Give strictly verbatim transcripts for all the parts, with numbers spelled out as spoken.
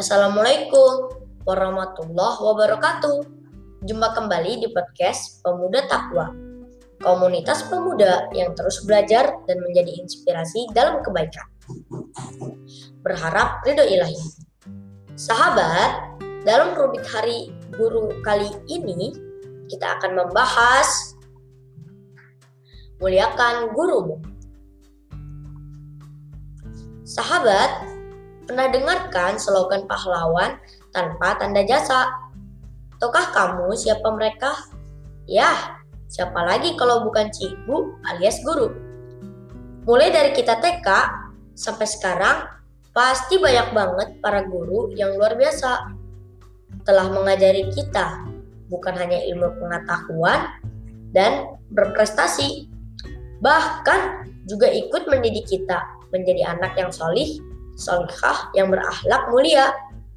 Assalamualaikum warahmatullahi wabarakatuh. Jumpa kembali di podcast Pemuda Takwa, komunitas pemuda yang terus belajar dan menjadi inspirasi dalam kebaikan. Berharap ridho ilahi. Sahabat, dalam rubrik hari guru kali ini kita akan membahas muliakan gurumu. Sahabat, pernah dengarkan slogan pahlawan tanpa tanda jasa? Tahukah kamu siapa mereka? Yah, siapa lagi kalau bukan cikgu alias guru. Mulai dari kita T K sampai sekarang, pasti banyak banget para guru yang luar biasa. Telah mengajari kita bukan hanya ilmu pengetahuan dan berprestasi, bahkan juga ikut mendidik kita menjadi anak yang solih, solihah, yang berakhlak mulia.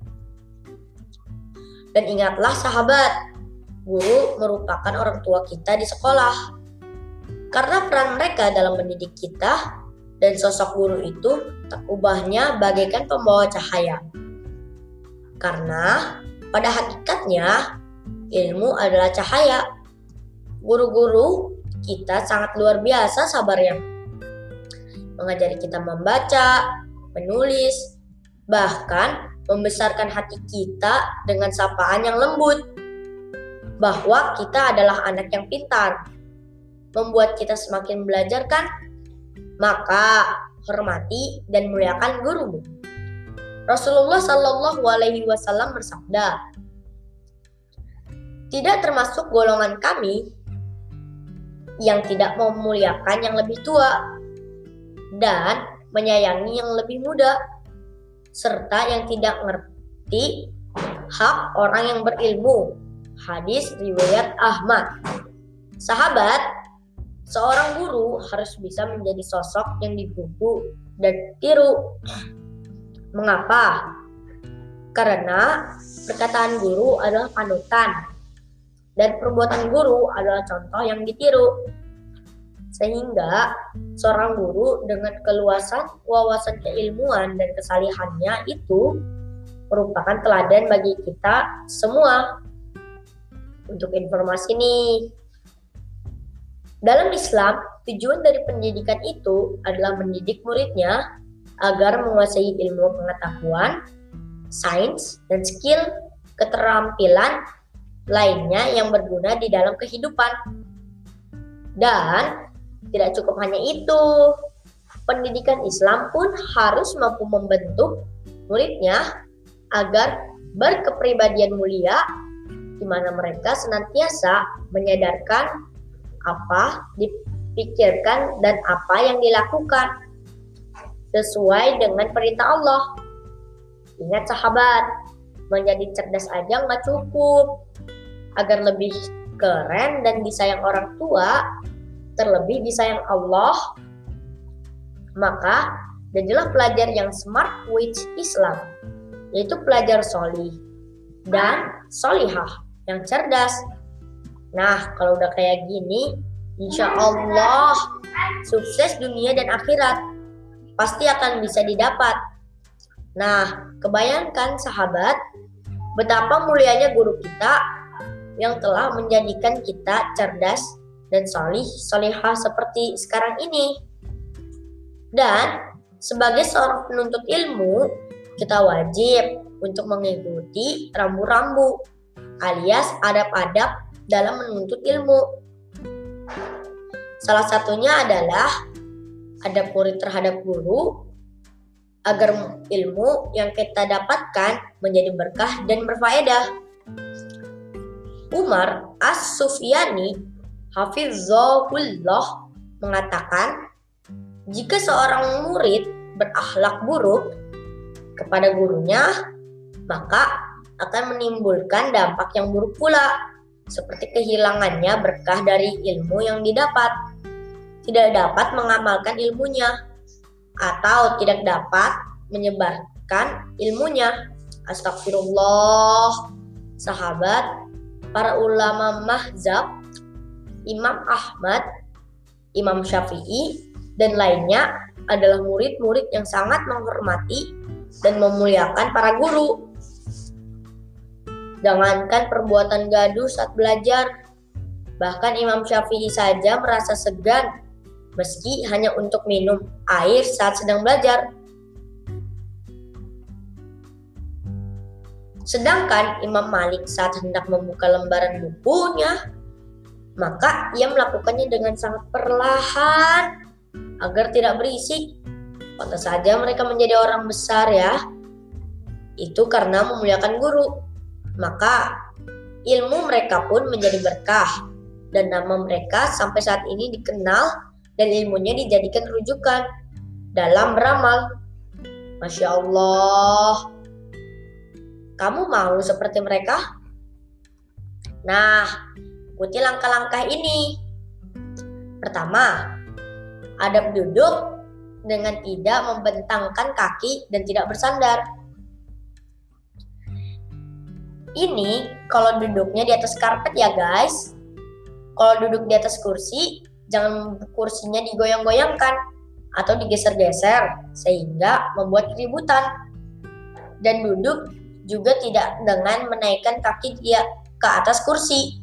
Dan ingatlah sahabat, guru merupakan orang tua kita di sekolah. Karena peran mereka dalam mendidik kita dan sosok guru itu tak ubahnya bagaikan pembawa cahaya. Karena pada hakikatnya ilmu adalah cahaya. Guru-guru kita sangat luar biasa sabarnya. Mengajari kita membaca, menulis, bahkan membesarkan hati kita dengan sapaan yang lembut, bahwa kita adalah anak yang pintar, membuat kita semakin belajar kan? Maka hormati dan muliakan gurumu. Rasulullah Shallallahu Alaihi Wasallam bersabda, tidak termasuk golongan kami yang tidak memuliakan yang lebih tua dan menyayangi yang lebih muda, serta yang tidak mengerti hak orang yang berilmu. Hadis riwayat Ahmad. Sahabat, seorang guru harus bisa menjadi sosok yang digugu dan tiru. Mengapa? Karena perkataan guru adalah panutan dan perbuatan guru adalah contoh yang ditiru. Sehingga seorang guru dengan keluasan wawasan keilmuan dan kesalihannya itu merupakan teladan bagi kita semua. Untuk informasi nih, dalam Islam tujuan dari pendidikan itu adalah mendidik muridnya agar menguasai ilmu pengetahuan, sains, dan skill keterampilan lainnya yang berguna di dalam kehidupan. Dan tidak cukup hanya itu, pendidikan Islam pun harus mampu membentuk muridnya agar berkepribadian mulia, di mana mereka senantiasa menyadarkan apa dipikirkan dan apa yang dilakukan sesuai dengan perintah Allah. Ingat sahabat, menjadi cerdas aja nggak cukup. Agar lebih keren dan disayang orang tua, terlebih disayang Allah, maka jadilah pelajar yang smart with Islam, yaitu pelajar solih dan solihah yang cerdas. Nah, kalau udah kayak gini, insya Allah sukses dunia dan akhirat pasti akan bisa didapat. Nah, kebayangkan sahabat, betapa mulianya guru kita yang telah menjadikan kita cerdas dan solih, solihah seperti sekarang ini. Dan sebagai seorang penuntut ilmu, kita wajib untuk mengikuti rambu-rambu alias adab-adab dalam menuntut ilmu. Salah satunya adalah adab murid terhadap guru agar ilmu yang kita dapatkan menjadi berkah dan berfaedah. Umar As-Sufyani Hafizahullah mengatakan, jika seorang murid berakhlak buruk kepada gurunya, maka akan menimbulkan dampak yang buruk pula, seperti kehilangannya berkah dari ilmu yang didapat, tidak dapat mengamalkan ilmunya, atau tidak dapat menyebarkan ilmunya. Astagfirullah. Sahabat, para ulama mazhab Imam Ahmad, Imam Syafi'i, dan lainnya adalah murid-murid yang sangat menghormati dan memuliakan para guru. Jangankan perbuatan gaduh saat belajar, bahkan Imam Syafi'i saja merasa segan meski hanya untuk minum air saat sedang belajar. Sedangkan Imam Malik saat hendak membuka lembaran bukunya, maka ia melakukannya dengan sangat perlahan agar tidak berisik. Pantas saja mereka menjadi orang besar ya. Itu karena memuliakan guru. Maka ilmu mereka pun menjadi berkah dan nama mereka sampai saat ini dikenal dan ilmunya dijadikan rujukan dalam beramal. Masya Allah. Kamu mau seperti mereka? Nah, ikuti langkah-langkah ini. Pertama, adab duduk dengan tidak membentangkan kaki dan tidak bersandar. Ini kalau duduknya di atas karpet ya guys. Kalau duduk di atas kursi, jangan kursinya digoyang-goyangkan atau digeser-geser sehingga membuat keributan. Dan duduk juga tidak dengan menaikkan kaki dia ke atas kursi.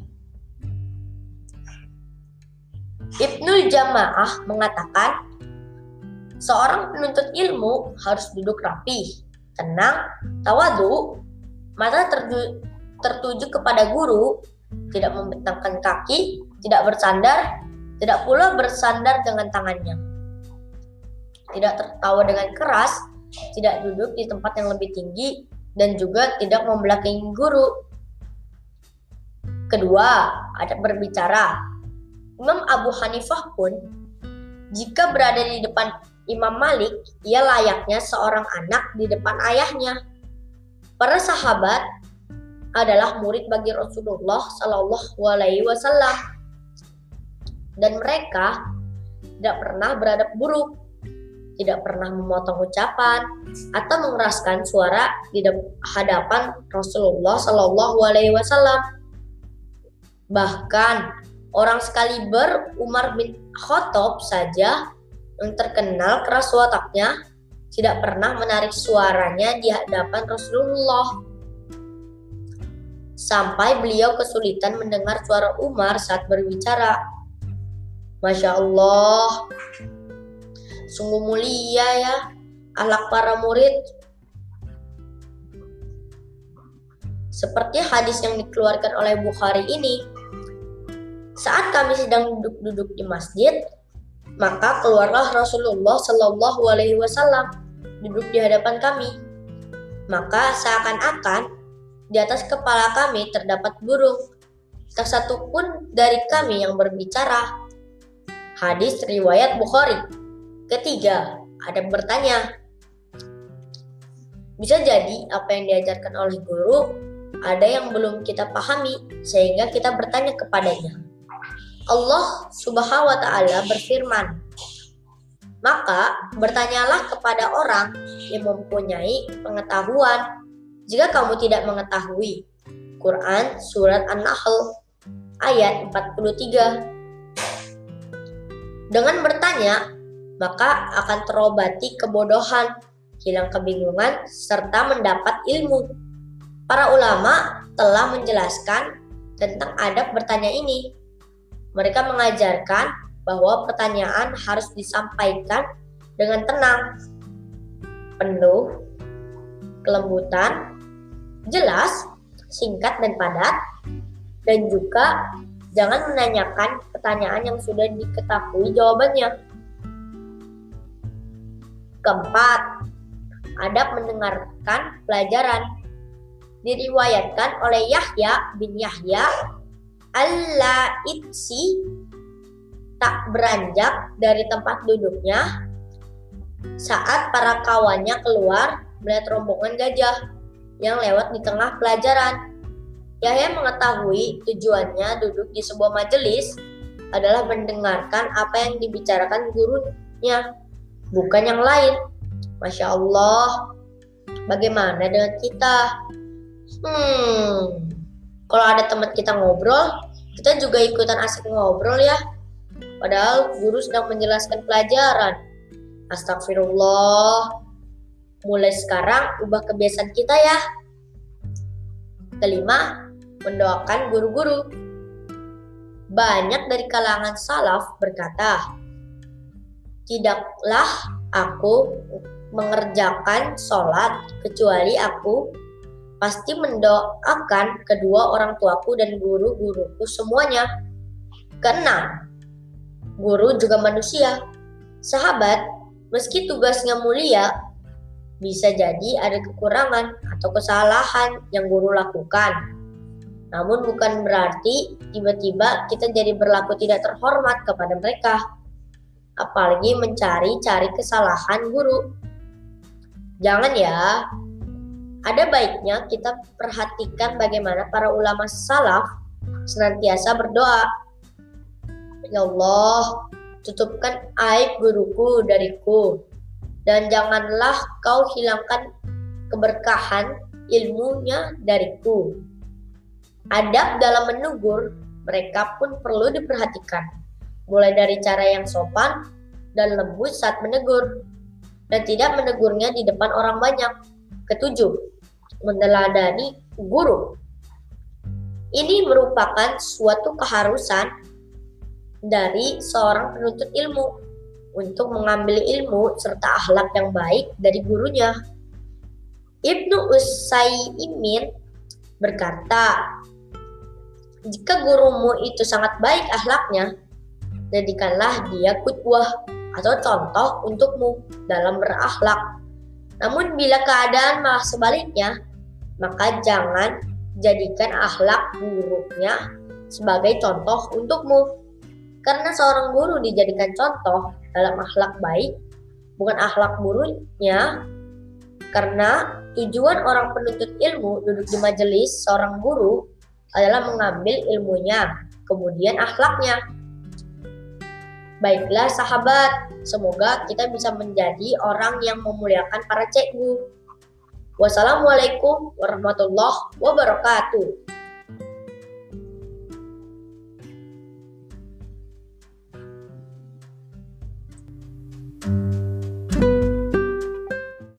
Ibnul Jamaah mengatakan, seorang penuntut ilmu harus duduk rapi, tenang, tawadu, mata terju- tertuju kepada guru, tidak membentangkan kaki, tidak bersandar, tidak pula bersandar dengan tangannya. Tidak tertawa dengan keras, tidak duduk di tempat yang lebih tinggi, dan juga tidak membelakangi guru. Kedua, adab berbicara. Imam Abu Hanifah pun, jika berada di depan Imam Malik, ia layaknya seorang anak di depan ayahnya. Para sahabat adalah murid bagi Rasulullah Shallallahu Alaihi Wasallam, dan mereka tidak pernah beradab buruk, tidak pernah memotong ucapan atau mengeraskan suara di hadapan Rasulullah Shallallahu Alaihi Wasallam. Bahkan orang sekaliber Umar bin Khattab saja yang terkenal keras wataknya tidak pernah menarik suaranya di hadapan Rasulullah, sampai beliau kesulitan mendengar suara Umar saat berbicara. Masya Allah, sungguh mulia ya akhlak para murid. Seperti hadis yang dikeluarkan oleh Bukhari ini, saat kami sedang duduk-duduk di masjid, maka keluarlah Rasulullah Shallallahu Alaihi Wasallam duduk di hadapan kami. Maka seakan-akan di atas kepala kami terdapat burung, tak satu pun dari kami yang berbicara. Hadis riwayat Bukhari. Ketiga, adab bertanya. Bisa jadi apa yang diajarkan oleh guru ada yang belum kita pahami sehingga kita bertanya kepadanya. Allah Subhanahu wa taala berfirman, maka bertanyalah kepada orang yang mempunyai pengetahuan jika kamu tidak mengetahui. Quran Surat An-Nahl ayat empat puluh tiga. Dengan bertanya, maka akan terobati kebodohan, hilang kebingungan, serta mendapat ilmu. Para ulama telah menjelaskan tentang adab bertanya ini. Mereka mengajarkan bahwa pertanyaan harus disampaikan dengan tenang, penuh kelembutan, jelas, singkat dan padat, dan juga jangan menanyakan pertanyaan yang sudah diketahui jawabannya. Keempat, adab mendengarkan pelajaran. Diriwayatkan oleh Yahya bin Yahya Al-Laitsi, tak beranjak dari tempat duduknya saat para kawannya keluar melihat rombongan gajah yang lewat di tengah pelajaran. Yahya mengetahui tujuannya duduk di sebuah majelis adalah mendengarkan apa yang dibicarakan gurunya, bukan yang lain. Masya Allah, bagaimana dengan kita? Hmm, kalau ada teman kita ngobrol, kita juga ikutan asik ngobrol ya. Padahal guru sedang menjelaskan pelajaran. Astagfirullah. Mulai sekarang ubah kebiasaan kita ya. Kelima, mendoakan guru-guru. Banyak dari kalangan salaf berkata, tidaklah aku mengerjakan sholat kecuali aku pasti mendoakan kedua orang tuaku dan guru-guruku semuanya. Keenam, guru juga manusia. Sahabat, meski tugasnya mulia, bisa jadi ada kekurangan atau kesalahan yang guru lakukan. Namun bukan berarti tiba-tiba kita jadi berlaku tidak terhormat kepada mereka. Apalagi mencari-cari kesalahan guru. Jangan ya. Ada baiknya kita perhatikan bagaimana para ulama salaf senantiasa berdoa. Ya Allah, tutupkan aib guruku dariku, dan janganlah kau hilangkan keberkahan ilmunya dariku. Adab dalam menegur mereka pun perlu diperhatikan, mulai dari cara yang sopan dan lembut saat menegur, dan tidak menegurnya di depan orang banyak. Ketujuh, meneladani guru. Ini merupakan suatu keharusan dari seorang penuntut ilmu untuk mengambil ilmu serta akhlak yang baik dari gurunya. Ibnu Utsaimin berkata, jika gurumu itu sangat baik akhlaknya, jadikanlah dia qudwah atau contoh untukmu dalam berakhlak. Namun bila keadaan malah sebaliknya, maka jangan jadikan akhlak buruknya sebagai contoh untukmu. Karena seorang guru dijadikan contoh dalam akhlak baik, bukan akhlak buruknya. Karena tujuan orang penuntut ilmu duduk di majelis seorang guru adalah mengambil ilmunya, kemudian akhlaknya. Baiklah sahabat, semoga kita bisa menjadi orang yang memuliakan para cikgu. Wassalamualaikum warahmatullahi wabarakatuh.